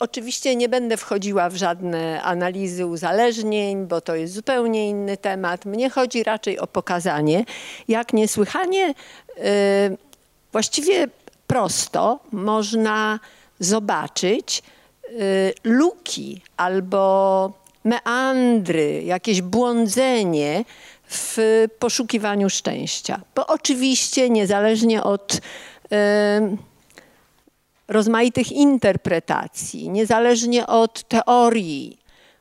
Oczywiście nie będę wchodziła w żadne analizy uzależnień, bo to jest zupełnie inny temat. Mnie chodzi raczej o pokazanie, jak niesłychanie właściwie prosto można zobaczyć luki albo meandry, jakieś błądzenie w poszukiwaniu szczęścia. Bo oczywiście niezależnie od rozmaitych interpretacji, niezależnie od teorii,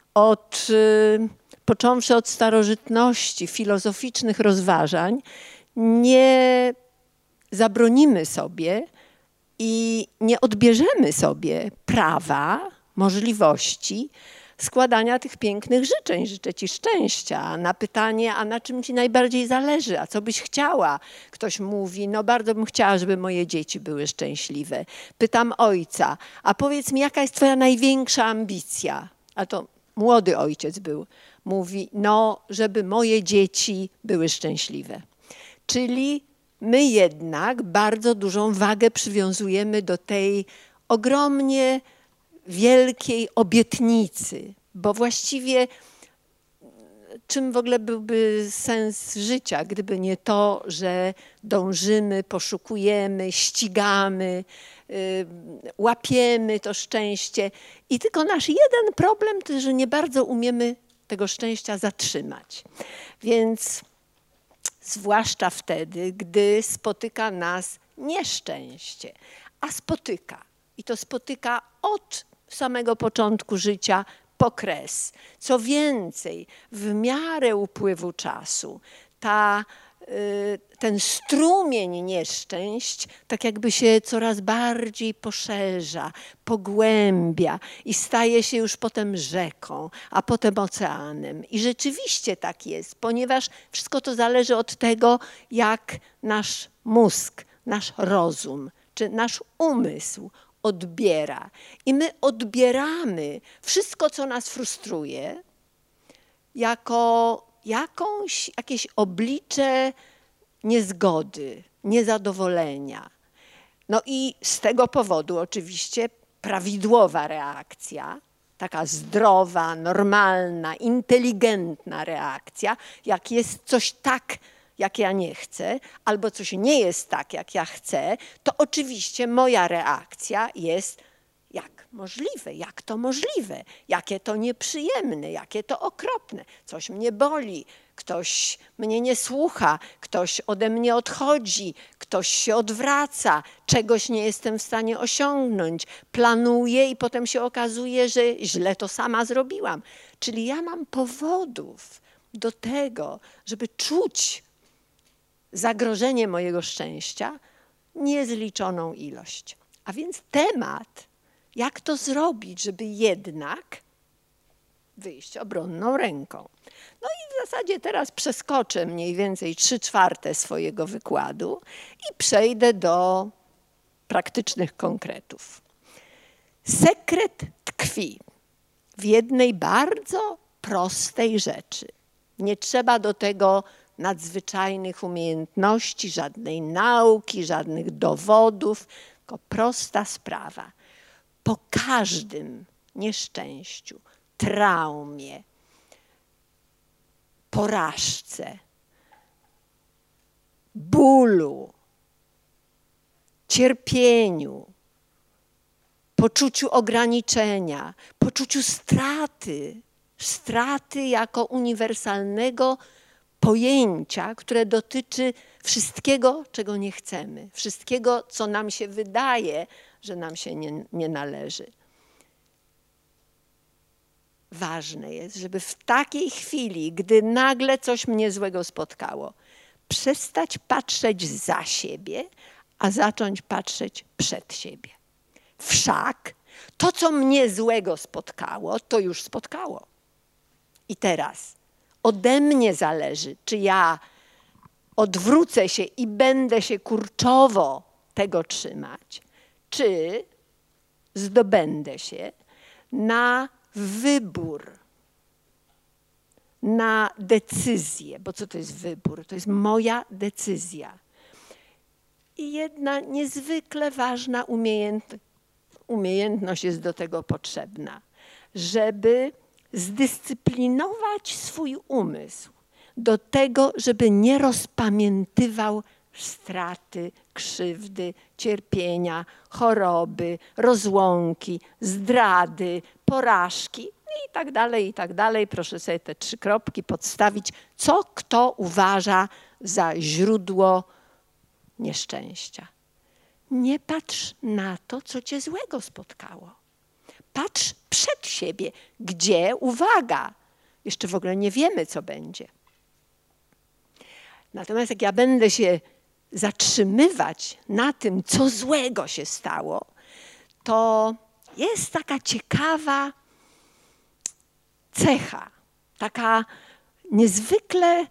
począwszy od starożytności, filozoficznych rozważań, nie zabronimy sobie i nie odbierzemy sobie prawa, możliwości składania tych pięknych życzeń. Życzę ci szczęścia. Na pytanie, a na czym ci najbardziej zależy, a co byś chciała? Ktoś mówi, no bardzo bym chciała, żeby moje dzieci były szczęśliwe. Pytam ojca, a powiedz mi, jaka jest twoja największa ambicja? A to młody ojciec był. Mówi, no, żeby moje dzieci były szczęśliwe. Czyli my jednak bardzo dużą wagę przywiązujemy do tej ogromnie wielkiej obietnicy, bo właściwie czym w ogóle byłby sens życia, gdyby nie to, że dążymy, poszukujemy, ścigamy, łapiemy to szczęście. I tylko nasz jeden problem to, że nie bardzo umiemy tego szczęścia zatrzymać. Więc zwłaszcza wtedy, gdy spotyka nas nieszczęście, a spotyka. I to spotyka od samego początku życia po kres. Co więcej, w miarę upływu czasu ten strumień nieszczęść tak jakby się coraz bardziej poszerza, pogłębia i staje się już potem rzeką, a potem oceanem. I rzeczywiście tak jest, ponieważ wszystko to zależy od tego, jak nasz mózg, nasz rozum czy nasz umysł odbiera. I my odbieramy wszystko, co nas frustruje, jako jakieś oblicze niezgody, niezadowolenia. No i z tego powodu oczywiście prawidłowa reakcja, taka zdrowa, normalna, inteligentna reakcja, jak jest coś tak, jak ja nie chcę, albo coś nie jest tak, jak ja chcę, to oczywiście moja reakcja jest jak możliwe, jak to możliwe, jakie to nieprzyjemne, jakie to okropne, coś mnie boli, ktoś mnie nie słucha, ktoś ode mnie odchodzi, ktoś się odwraca, czegoś nie jestem w stanie osiągnąć, planuję i potem się okazuje, że źle to sama zrobiłam. Czyli ja mam powodów do tego, żeby czuć zagrożenie mojego szczęścia, niezliczoną ilość. A więc temat, jak to zrobić, żeby jednak wyjść obronną ręką. No i w zasadzie teraz przeskoczę mniej więcej 3/4 swojego wykładu i przejdę do praktycznych konkretów. Sekret tkwi w jednej bardzo prostej rzeczy. Nie trzeba do tego nadzwyczajnych umiejętności, żadnej nauki, żadnych dowodów, tylko prosta sprawa. Po każdym nieszczęściu, traumie, porażce, bólu, cierpieniu, poczuciu ograniczenia, poczuciu straty jako uniwersalnego pojęcia, które dotyczy wszystkiego, czego nie chcemy, wszystkiego, co nam się wydaje, że nam się nie należy. Ważne jest, żeby w takiej chwili, gdy nagle coś mnie złego spotkało, przestać patrzeć za siebie, a zacząć patrzeć przed siebie. Wszak to, co mnie złego spotkało, to już spotkało. I teraz ode mnie zależy, czy ja odwrócę się i będę się kurczowo tego trzymać, czy zdobędę się na wybór, na decyzję. Bo co to jest wybór? To jest moja decyzja. I jedna niezwykle ważna umiejętność jest do tego potrzebna, żeby zdyscyplinować swój umysł do tego, żeby nie rozpamiętywał straty, krzywdy, cierpienia, choroby, rozłąki, zdrady, porażki i tak dalej, i tak dalej. Proszę sobie te 3 kropki podstawić, co kto uważa za źródło nieszczęścia. Nie patrz na to, co cię złego spotkało. Patrz przed siebie, gdzie, uwaga, jeszcze w ogóle nie wiemy, co będzie. Natomiast jak ja będę się zatrzymywać na tym, co złego się stało, to jest taka ciekawa cecha, taka niezwykle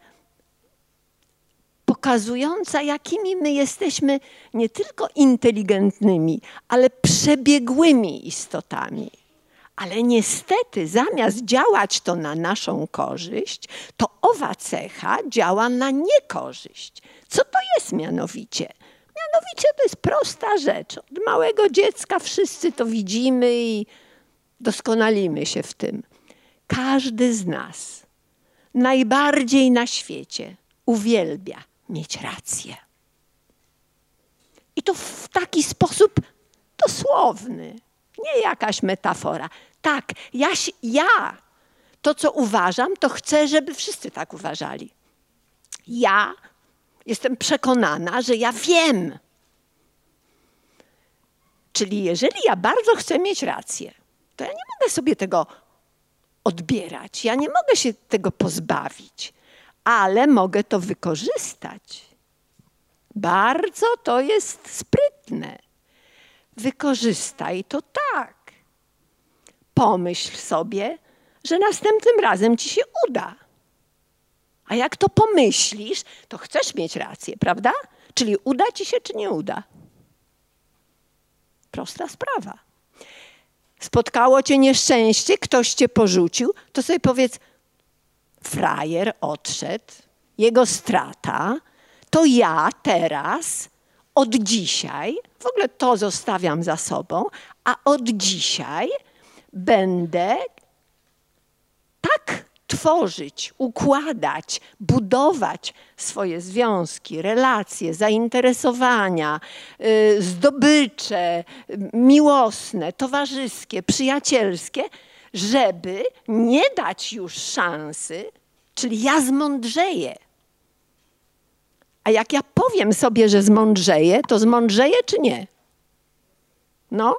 pokazująca, jakimi my jesteśmy nie tylko inteligentnymi, ale przebiegłymi istotami. Ale niestety zamiast działać to na naszą korzyść, to owa cecha działa na niekorzyść. Co to jest mianowicie? Mianowicie to jest prosta rzecz. Od małego dziecka wszyscy to widzimy i doskonalimy się w tym. Każdy z nas najbardziej na świecie uwielbia mieć rację. I to w taki sposób dosłowny, nie jakaś metafora. Tak, ja to, co uważam, to chcę, żeby wszyscy tak uważali. Ja jestem przekonana, że ja wiem. Czyli jeżeli ja bardzo chcę mieć rację, to ja nie mogę sobie tego odbierać. Ja nie mogę się tego pozbawić, ale mogę to wykorzystać. Bardzo to jest sprytne. Wykorzystaj to tak. Pomyśl sobie, że następnym razem ci się uda. A jak to pomyślisz, to chcesz mieć rację, prawda? Czyli uda ci się, czy nie uda? Prosta sprawa. Spotkało cię nieszczęście, ktoś cię porzucił, to sobie powiedz, frajer odszedł, jego strata, to ja teraz, od dzisiaj, w ogóle to zostawiam za sobą, a od dzisiaj będę tak tworzyć, układać, budować swoje związki, relacje, zainteresowania, zdobycze, miłosne, towarzyskie, przyjacielskie, żeby nie dać już szansy, czyli ja zmądrzeję. A jak ja powiem sobie, że zmądrzeję, to zmądrzeję czy nie? No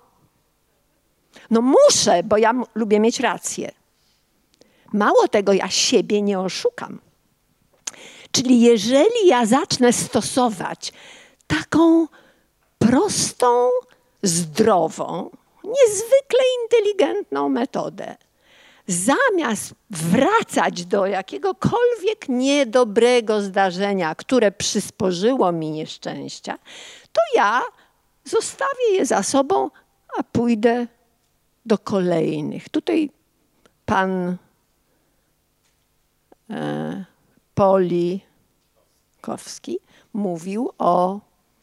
muszę, bo ja lubię mieć rację. Mało tego, ja siebie nie oszukam. Czyli jeżeli ja zacznę stosować taką prostą, zdrową, niezwykle inteligentną metodę, zamiast wracać do jakiegokolwiek niedobrego zdarzenia, które przysporzyło mi nieszczęścia, to ja zostawię je za sobą, a pójdę do kolejnych. Tutaj pan Polikowski mówił o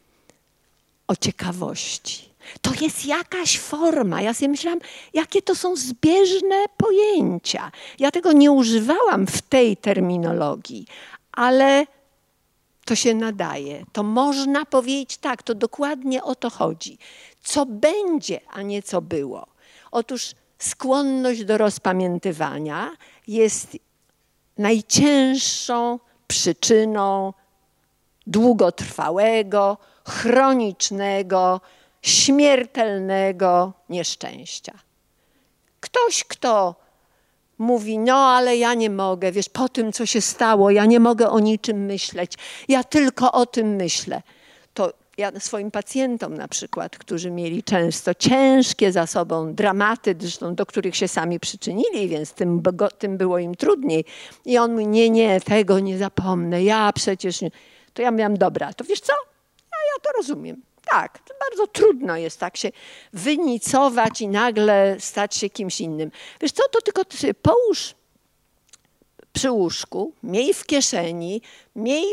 ciekawości. To jest jakaś forma. Ja sobie myślałam, jakie to są zbieżne pojęcia. Ja tego nie używałam w tej terminologii, ale to się nadaje. To można powiedzieć tak, to dokładnie o to chodzi. Co będzie, a nie co było. Otóż skłonność do rozpamiętywania jest najcięższą przyczyną długotrwałego, chronicznego, śmiertelnego nieszczęścia. Ktoś, kto mówi, no ale ja nie mogę, wiesz, po tym, co się stało, ja nie mogę o niczym myśleć, ja tylko o tym myślę. To ja swoim pacjentom na przykład, którzy mieli często ciężkie za sobą dramaty, zresztą do których się sami przyczynili, więc tym było im trudniej. I on mówi, nie, tego nie zapomnę, ja przecież nie. To ja mówiłam, dobra, to wiesz co? Ja to rozumiem. Tak, to bardzo trudno jest tak się wynicować i nagle stać się kimś innym. Wiesz co, to tylko ty sobie połóż przy łóżku, miej w kieszeni, miej w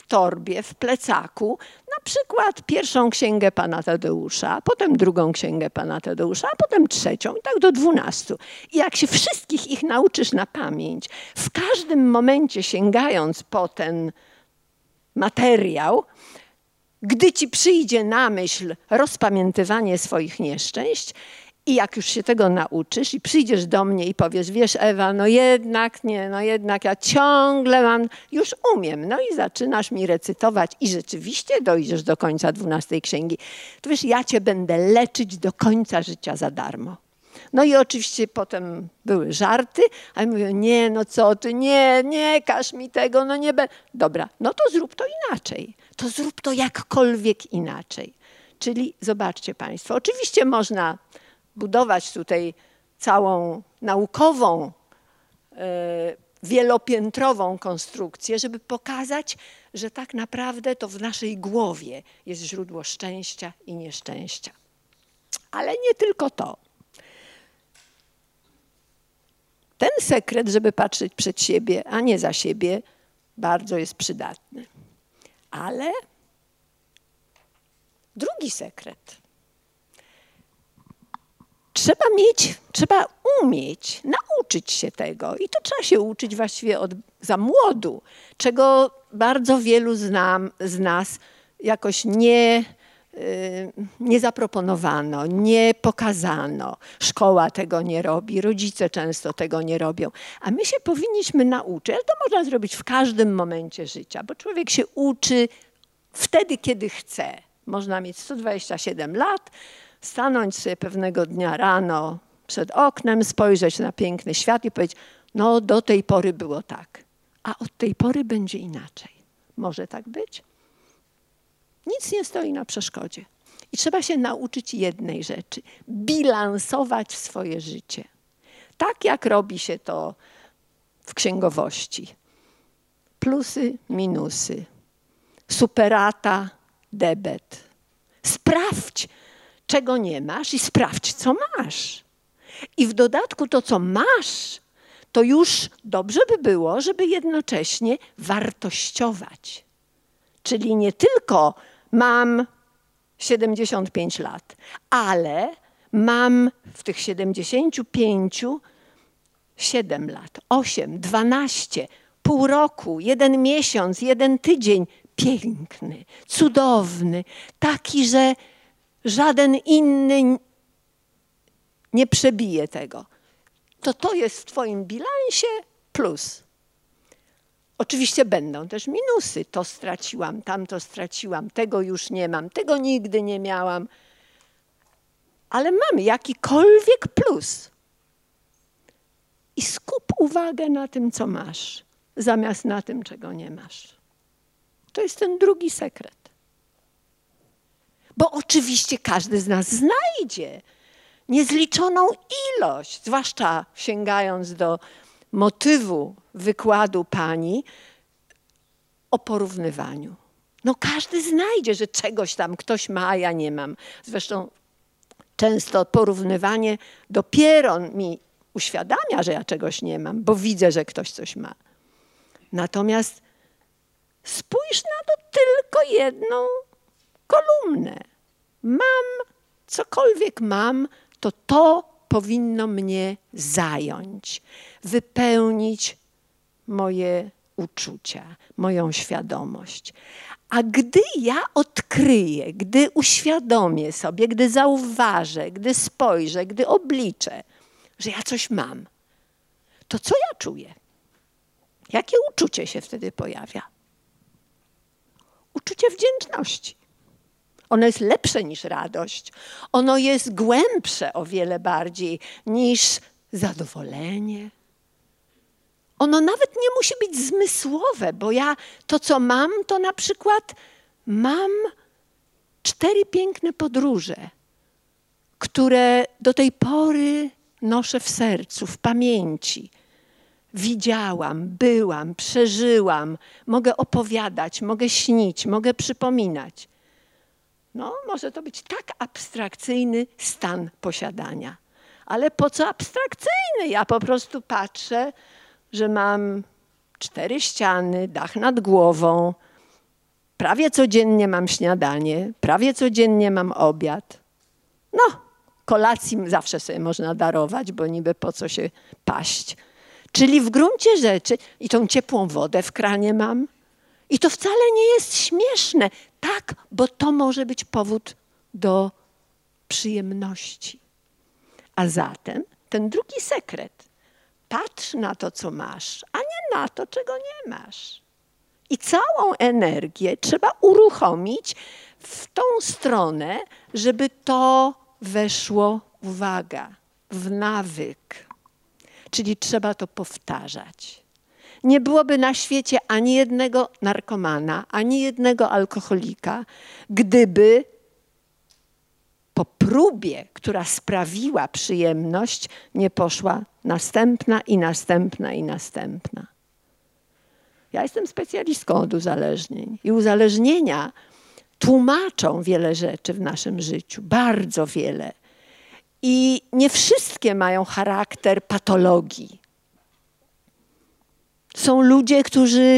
torbie, w plecaku, na przykład pierwszą księgę pana Tadeusza, potem drugą księgę pana Tadeusza, a potem trzecią i tak do 12. I jak się wszystkich ich nauczysz na pamięć, w każdym momencie sięgając po ten materiał, gdy ci przyjdzie na myśl rozpamiętywanie swoich nieszczęść i jak już się tego nauczysz i przyjdziesz do mnie i powiesz, wiesz Ewa, no jednak nie, no jednak ja ciągle mam, już umiem. No i zaczynasz mi recytować i rzeczywiście dojdziesz do końca 12 księgi. To wiesz, ja cię będę leczyć do końca życia za darmo. No i oczywiście potem były żarty, ale mówią, nie, no co ty, nie każ mi tego, no nie będę. Dobra, no to zrób to inaczej. To zrób to jakkolwiek inaczej. Czyli zobaczcie państwo, oczywiście można budować tutaj całą naukową, wielopiętrową konstrukcję, żeby pokazać, że tak naprawdę to w naszej głowie jest źródło szczęścia i nieszczęścia. Ale nie tylko to. Ten sekret, żeby patrzeć przed siebie, a nie za siebie, bardzo jest przydatny. Ale drugi sekret. Trzeba umieć, nauczyć się tego. I to trzeba się uczyć właściwie za młodu, czego bardzo wielu z nas jakoś nie zaproponowano, nie pokazano. Szkoła tego nie robi, rodzice często tego nie robią. A my się powinniśmy nauczyć, ale to można zrobić w każdym momencie życia, bo człowiek się uczy wtedy, kiedy chce. Można mieć 127 lat, stanąć sobie pewnego dnia rano przed oknem, spojrzeć na piękny świat i powiedzieć, no do tej pory było tak, a od tej pory będzie inaczej. Może tak być? Nic nie stoi na przeszkodzie. I trzeba się nauczyć jednej rzeczy, bilansować swoje życie. Tak jak robi się to w księgowości. Plusy, minusy, superata, debet. Sprawdź, czego nie masz i sprawdź, co masz. I w dodatku to, co masz, to już dobrze by było, żeby jednocześnie wartościować. Czyli nie tylko mam 75 lat, ale mam w tych 75 7 lat, 8, 12, pół roku, 1 miesiąc, 1 tydzień. Piękny, cudowny, taki, że żaden inny nie przebije tego. To jest w twoim bilansie plus. Oczywiście będą też minusy. To straciłam, tamto straciłam, tego już nie mam, tego nigdy nie miałam. Ale mamy jakikolwiek plus. I skup uwagę na tym, co masz, zamiast na tym, czego nie masz. To jest ten drugi sekret. Bo oczywiście każdy z nas znajdzie niezliczoną ilość, zwłaszcza sięgając do motywu wykładu pani o porównywaniu. No każdy znajdzie, że czegoś tam ktoś ma, a ja nie mam. Zresztą często porównywanie dopiero mi uświadamia, że ja czegoś nie mam, bo widzę, że ktoś coś ma. Natomiast spójrz na to tylko jedną kolumnę. Mam, cokolwiek mam, to powinno mnie zająć, wypełnić moje uczucia, moją świadomość. A gdy ja odkryję, gdy uświadomię sobie, gdy zauważę, gdy spojrzę, gdy obliczę, że ja coś mam, to co ja czuję? Jakie uczucie się wtedy pojawia? Uczucie wdzięczności. Ono jest lepsze niż radość. Ono jest głębsze o wiele bardziej niż zadowolenie. Ono nawet nie musi być zmysłowe, bo ja to, co mam, to na przykład mam 4 piękne podróże, które do tej pory noszę w sercu, w pamięci. Widziałam, byłam, przeżyłam, mogę opowiadać, mogę śnić, mogę przypominać. No, może to być tak abstrakcyjny stan posiadania. Ale po co abstrakcyjny? Ja po prostu patrzę, że mam 4 ściany, dach nad głową, prawie codziennie mam śniadanie, prawie codziennie mam obiad. No, kolacji zawsze sobie można darować, bo niby po co się paść. Czyli w gruncie rzeczy i tą ciepłą wodę w kranie mam. I to wcale nie jest śmieszne. Tak, bo to może być powód do przyjemności. A zatem ten drugi sekret. Patrz na to, co masz, a nie na to, czego nie masz. I całą energię trzeba uruchomić w tą stronę, żeby to weszło, uwaga, w nawyk. Czyli trzeba to powtarzać. Nie byłoby na świecie ani jednego narkomana, ani jednego alkoholika, gdyby po próbie, która sprawiła przyjemność, nie poszła następna i następna i następna. Ja jestem specjalistką od uzależnień i uzależnienia tłumaczą wiele rzeczy w naszym życiu, bardzo wiele. I nie wszystkie mają charakter patologii. Są ludzie, którzy,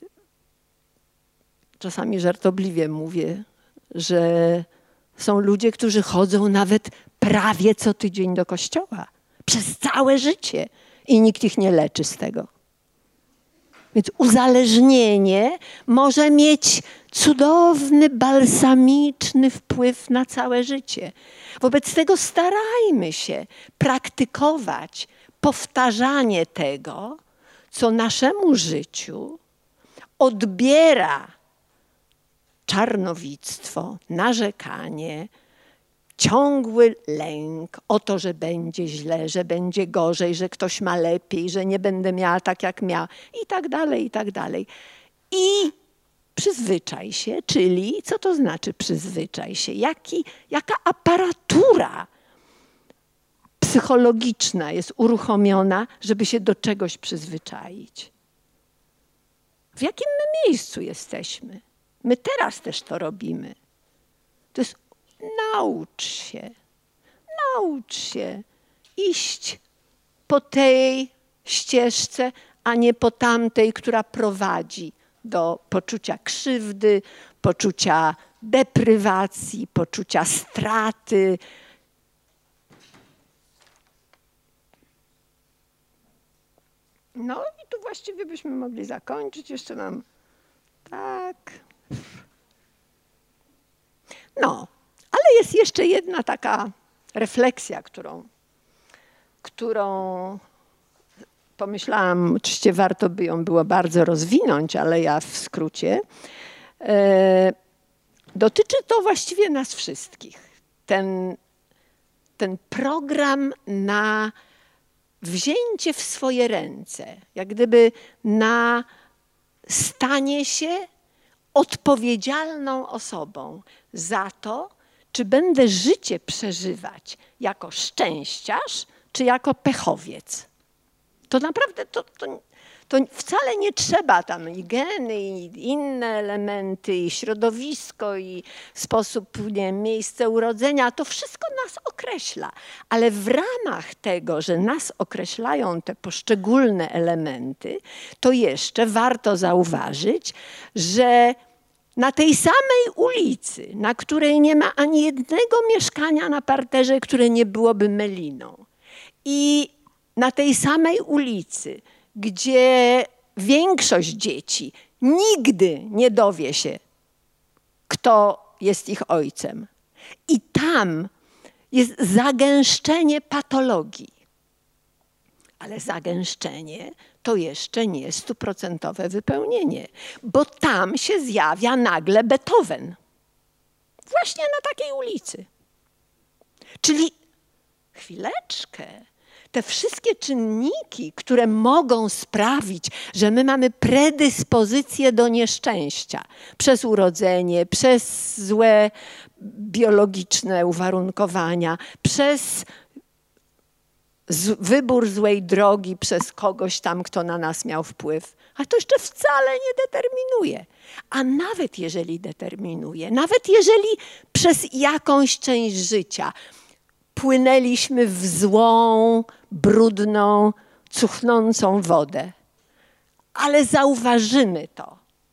czasami żartobliwie mówię, że są ludzie, którzy chodzą nawet prawie co tydzień do kościoła. Przez całe życie. I nikt ich nie leczy z tego. Więc uzależnienie może mieć cudowny, balsamiczny wpływ na całe życie. Wobec tego starajmy się praktykować powtarzanie tego, co naszemu życiu odbiera czarnowictwo, narzekanie, ciągły lęk o to, że będzie źle, że będzie gorzej, że ktoś ma lepiej, że nie będę miała tak, jak miała i tak dalej, i tak dalej. I przyzwyczaj się, czyli co to znaczy przyzwyczaj się? Jaka aparatura psychologiczna jest uruchomiona, żeby się do czegoś przyzwyczaić? W jakim my miejscu jesteśmy? My teraz też to robimy. To jest naucz się iść po tej ścieżce, a nie po tamtej, która prowadzi do poczucia krzywdy, poczucia deprywacji, poczucia straty. No i tu właściwie byśmy mogli zakończyć. Jeszcze mam tak. No, ale jest jeszcze jedna taka refleksja, którą pomyślałam, oczywiście warto by ją było bardzo rozwinąć, ale ja w skrócie. Dotyczy to właściwie nas wszystkich. Ten program na wzięcie w swoje ręce, jak gdyby na stanie się odpowiedzialną osobą za to, czy będę życie przeżywać jako szczęściarz, czy jako pechowiec. To naprawdę to wcale nie trzeba tam i geny, i inne elementy, i środowisko, i sposób, nie wiem, miejsce urodzenia. To wszystko nas określa. Ale w ramach tego, że nas określają te poszczególne elementy, to jeszcze warto zauważyć, że na tej samej ulicy, na której nie ma ani jednego mieszkania na parterze, które nie byłoby meliną, i na tej samej ulicy, gdzie większość dzieci nigdy nie dowie się, kto jest ich ojcem. I tam jest zagęszczenie patologii. Ale zagęszczenie to jeszcze nie 100% wypełnienie, bo tam się zjawia nagle Beethoven. Właśnie na takiej ulicy. Czyli chwileczkę. Te wszystkie czynniki, które mogą sprawić, że my mamy predyspozycję do nieszczęścia przez urodzenie, przez złe biologiczne uwarunkowania, przez wybór złej drogi przez kogoś tam, kto na nas miał wpływ. A to jeszcze wcale nie determinuje. A nawet jeżeli determinuje, nawet jeżeli przez jakąś część życia płynęliśmy w złą, brudną, cuchnącą wodę, ale zauważymy to,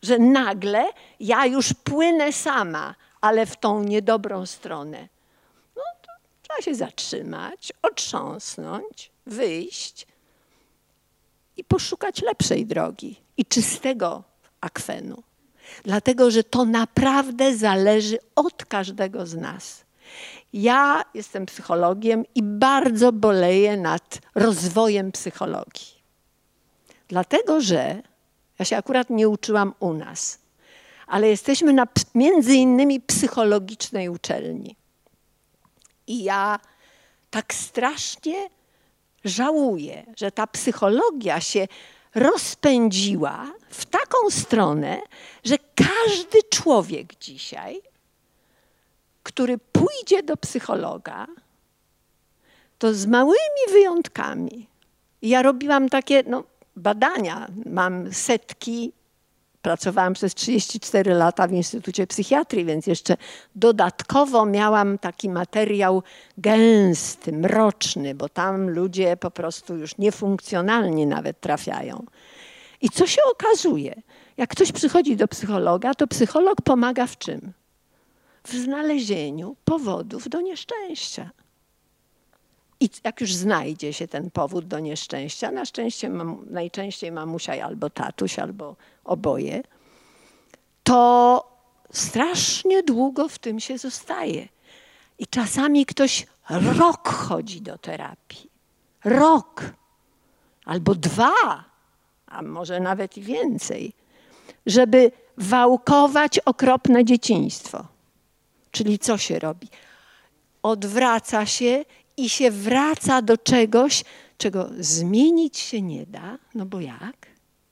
że nagle ja już płynę sama, ale w tą niedobrą stronę. No to trzeba się zatrzymać, otrząsnąć, wyjść i poszukać lepszej drogi i czystego akwenu. Dlatego, że to naprawdę zależy od każdego z nas. Ja jestem psychologiem i bardzo boleję nad rozwojem psychologii. Dlatego, że ja się akurat nie uczyłam u nas, ale jesteśmy na między innymi psychologicznej uczelni. I ja tak strasznie żałuję, że ta psychologia się rozpędziła w taką stronę, że każdy człowiek dzisiaj, który pójdzie do psychologa, to z małymi wyjątkami. Ja robiłam takie badania, mam setki, pracowałam przez 34 lata w Instytucie Psychiatrii, więc jeszcze dodatkowo miałam taki materiał gęsty, mroczny, bo tam ludzie po prostu już niefunkcjonalnie nawet trafiają. I co się okazuje? Jak ktoś przychodzi do psychologa, to psycholog pomaga w czym? W znalezieniu powodów do nieszczęścia. I jak już znajdzie się ten powód do nieszczęścia, na szczęście najczęściej mamusia albo tatuś, albo oboje, to strasznie długo w tym się zostaje. I czasami ktoś rok chodzi do terapii. Rok. Albo 2, a może nawet i więcej, żeby wałkować okropne dzieciństwo. Czyli co się robi? Odwraca się i się wraca do czegoś, czego zmienić się nie da, no bo jak?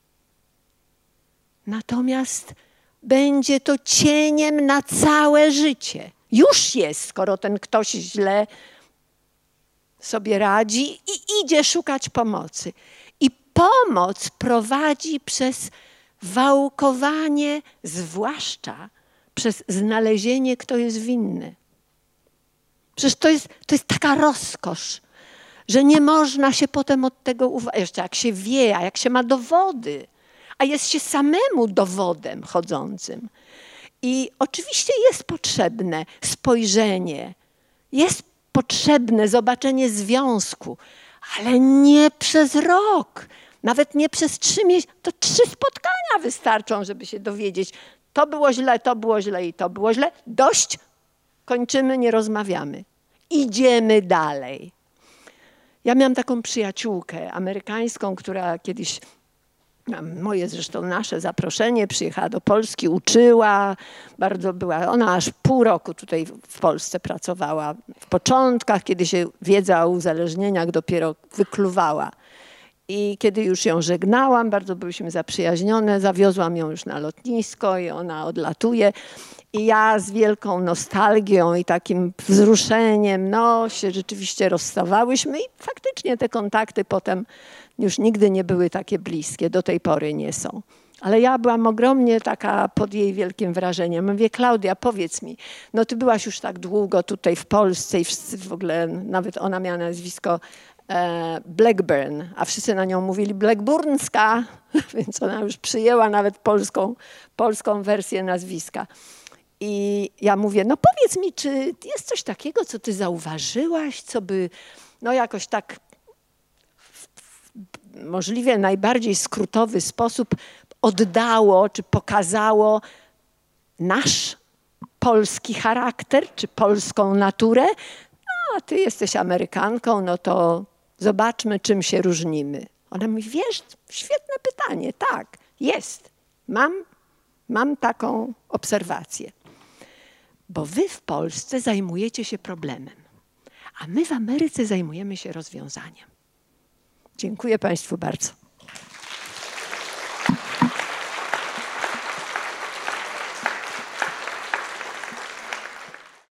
Natomiast będzie to cieniem na całe życie. Już jest, skoro ten ktoś źle sobie radzi i idzie szukać pomocy. I pomoc prowadzi przez wałkowanie, zwłaszcza przez znalezienie, kto jest winny. Przecież to jest taka rozkosz, że nie można się potem od tego uwolnić. Jeszcze jak się wie, a jak się ma dowody, a jest się samemu dowodem chodzącym. I oczywiście jest potrzebne spojrzenie, jest potrzebne zobaczenie związku, ale nie przez rok, nawet nie przez 3 miesiące. To 3 spotkania wystarczą, żeby się dowiedzieć, to było źle i to było źle. Dość, kończymy, nie rozmawiamy. Idziemy dalej. Ja miałam taką przyjaciółkę amerykańską, która kiedyś, moje zresztą nasze zaproszenie, przyjechała do Polski, uczyła, bardzo była, ona aż pół roku tutaj w Polsce pracowała. W początkach, kiedy się wiedza o uzależnieniach dopiero wykluwała. I kiedy już ją żegnałam, bardzo byliśmy zaprzyjaźnione, zawiozłam ją już na lotnisko i ona odlatuje. I ja z wielką nostalgią i takim wzruszeniem, się rzeczywiście rozstawałyśmy i faktycznie te kontakty potem już nigdy nie były takie bliskie, do tej pory nie są. Ale ja byłam ogromnie taka pod jej wielkim wrażeniem. Mówię, Klaudia, powiedz mi, ty byłaś już tak długo tutaj w Polsce i wszyscy w ogóle, nawet ona miała nazwisko Blackburn, a wszyscy na nią mówili Blackburnska, więc ona już przyjęła nawet polską wersję nazwiska. I ja mówię, powiedz mi, czy jest coś takiego, co ty zauważyłaś, co by jakoś tak w możliwie najbardziej skrótowy sposób oddało, czy pokazało nasz polski charakter, czy polską naturę? A ty jesteś Amerykanką, to zobaczmy, czym się różnimy. Ona mówi, wiesz, świetne pytanie, tak, jest. Mam taką obserwację. Bo wy w Polsce zajmujecie się problemem, a my w Ameryce zajmujemy się rozwiązaniem. Dziękuję Państwu bardzo.